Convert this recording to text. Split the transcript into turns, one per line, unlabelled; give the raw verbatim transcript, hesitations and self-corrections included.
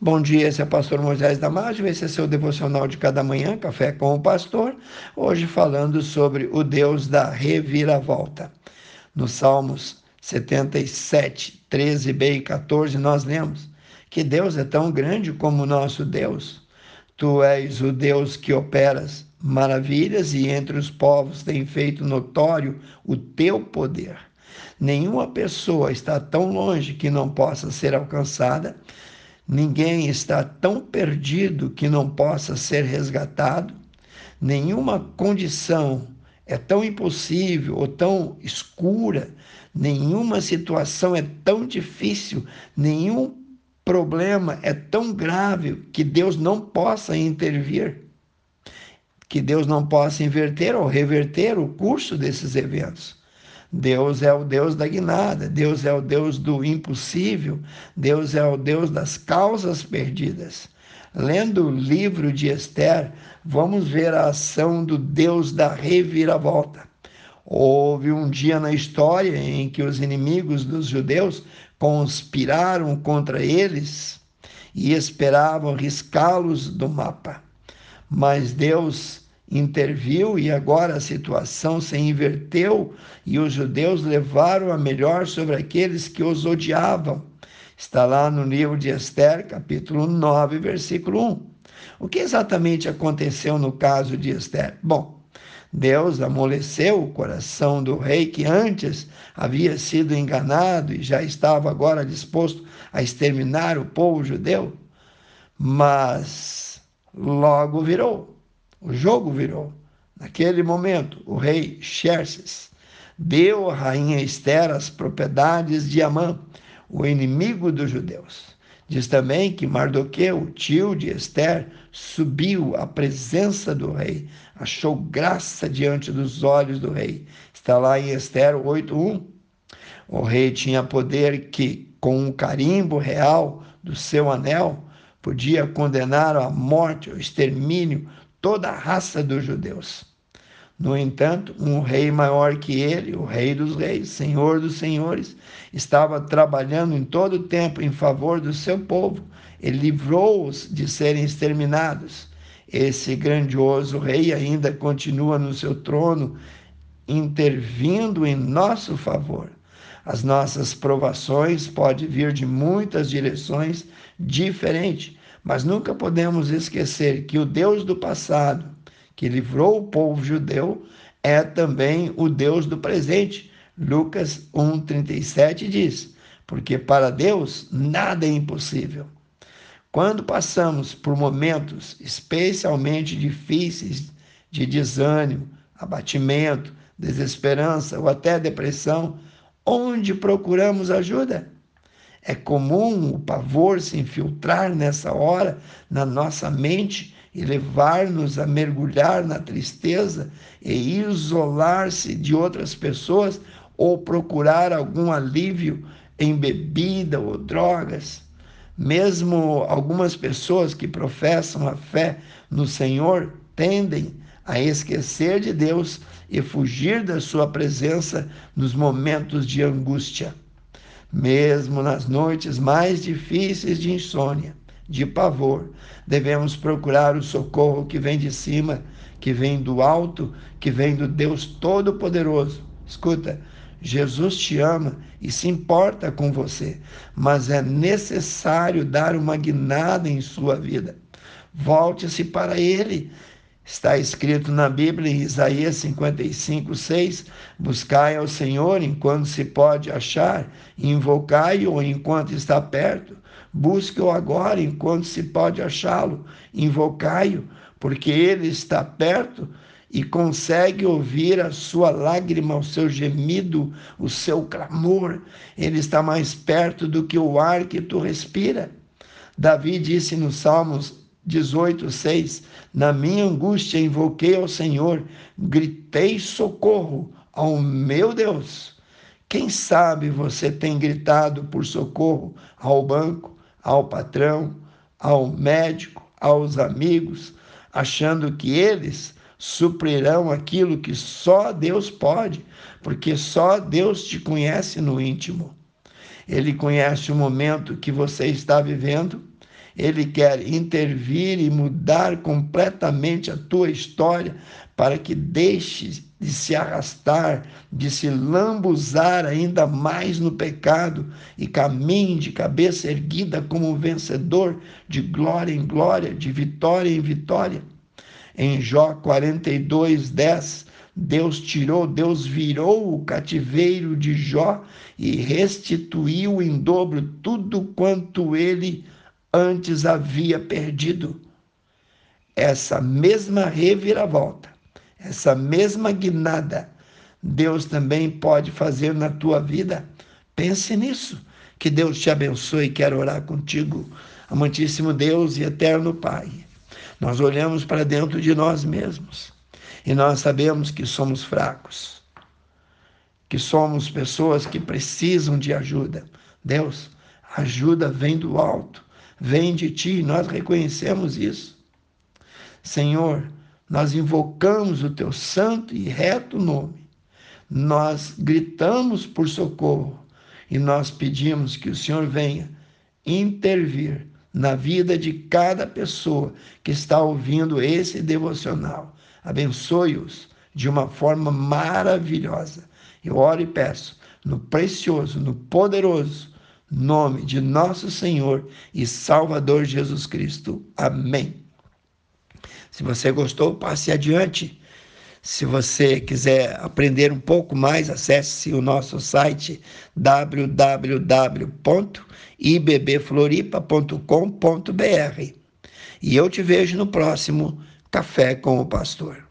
Bom dia, esse é o pastor Moisés Damásio, esse é seu devocional de cada manhã, Café com o Pastor, hoje falando sobre o Deus da reviravolta. Nos Salmos setenta e sete, treze b e quatorze, nós lemos que Deus é tão grande como o nosso Deus. Tu és o Deus que operas maravilhas e entre os povos tem feito notório o teu poder. Nenhuma pessoa está tão longe que não possa ser alcançada. Ninguém está tão perdido que não possa ser resgatado. Nenhuma condição é tão impossível ou tão escura. Nenhuma situação é tão difícil. Nenhum problema é tão grave que Deus não possa intervir, que Deus não possa inverter ou reverter o curso desses eventos. Deus é o Deus da guinada, Deus é o Deus do impossível, Deus é o Deus das causas perdidas. Lendo o livro de Esther, vamos ver a ação do Deus da reviravolta. Houve um dia na história em que os inimigos dos judeus conspiraram contra eles e esperavam riscá-los do mapa. Mas Deus interviu e agora a situação se inverteu e os judeus levaram a melhor sobre aqueles que os odiavam. Está lá no livro de Esther, capítulo nove, versículo um. O que exatamente aconteceu no caso de Esther? Bom, Deus amoleceu o coração do rei que antes havia sido enganado e já estava agora disposto a exterminar o povo judeu, mas logo virou. O jogo virou. Naquele momento, o rei Xerxes deu à rainha Esther as propriedades de Amã, o inimigo dos judeus. Diz também que Mardoqueu, tio de Esther, subiu à presença do rei, achou graça diante dos olhos do rei. Está lá em Esther oito, um. O rei tinha poder que, com um carimbo real do seu anel, podia condenar à morte, ao extermínio, toda a raça dos judeus. No entanto, um rei maior que ele, o rei dos reis, senhor dos senhores, estava trabalhando em todo o tempo em favor do seu povo. Ele livrou-os de serem exterminados. Esse grandioso rei ainda continua no seu trono, intervindo em nosso favor. As nossas provações podem vir de muitas direções diferentes, mas nunca podemos esquecer que o Deus do passado, que livrou o povo judeu, é também o Deus do presente. Lucas um, trinta e sete diz, porque para Deus nada é impossível. Quando passamos por momentos especialmente difíceis de desânimo, abatimento, desesperança ou até depressão, onde procuramos ajuda? É comum o pavor se infiltrar nessa hora na nossa mente e levar-nos a mergulhar na tristeza e isolar-se de outras pessoas ou procurar algum alívio em bebida ou drogas. Mesmo algumas pessoas que professam a fé no Senhor tendem a esquecer de Deus e fugir da sua presença nos momentos de angústia. Mesmo nas noites mais difíceis de insônia, de pavor, devemos procurar o socorro que vem de cima, que vem do alto, que vem do Deus Todo-Poderoso. Escuta, Jesus te ama e se importa com você, mas é necessário dar uma guinada em sua vida. Volte-se para Ele. Está escrito na Bíblia, em Isaías cinquenta e cinco, seis, buscai ao Senhor enquanto se pode achar, invocai-o enquanto está perto, busque-o agora enquanto se pode achá-lo, invocai-o, porque ele está perto e consegue ouvir a sua lágrima, o seu gemido, o seu clamor. Ele está mais perto do que o ar que tu respira. Davi disse nos Salmos dezoito, seis, na minha angústia invoquei ao Senhor, gritei socorro ao meu Deus. Quem sabe você tem gritado por socorro ao banco, ao patrão, ao médico, aos amigos, achando que eles suprirão aquilo que só Deus pode, porque só Deus te conhece no íntimo. Ele conhece o momento que você está vivendo, Ele quer intervir e mudar completamente a tua história para que deixes de se arrastar, de se lambuzar ainda mais no pecado e caminhe de cabeça erguida como um vencedor, de glória em glória, de vitória em vitória. Em Jó quarenta e dois, dez, Deus tirou, Deus virou o cativeiro de Jó e restituiu em dobro tudo quanto ele antes havia perdido. Essa mesma reviravolta, essa mesma guinada, Deus também pode fazer na tua vida. Pense nisso. Que Deus te abençoe. Quero orar contigo, amantíssimo Deus e eterno Pai. Nós olhamos para dentro de nós mesmos e nós sabemos que somos fracos, que somos pessoas que precisam de ajuda. Deus, a ajuda vem do alto, vem de Ti, nós reconhecemos isso. Senhor, nós invocamos o Teu santo e reto nome, nós gritamos por socorro e nós pedimos que o Senhor venha intervir na vida de cada pessoa que está ouvindo esse devocional. Abençoe-os de uma forma maravilhosa. Eu oro e peço no precioso, no poderoso nome de nosso Senhor e Salvador Jesus Cristo. Amém. Se você gostou, passe adiante. Se você quiser aprender um pouco mais, acesse o nosso site w w w ponto i b b floripa ponto com ponto b r. E eu te vejo no próximo Café com o Pastor.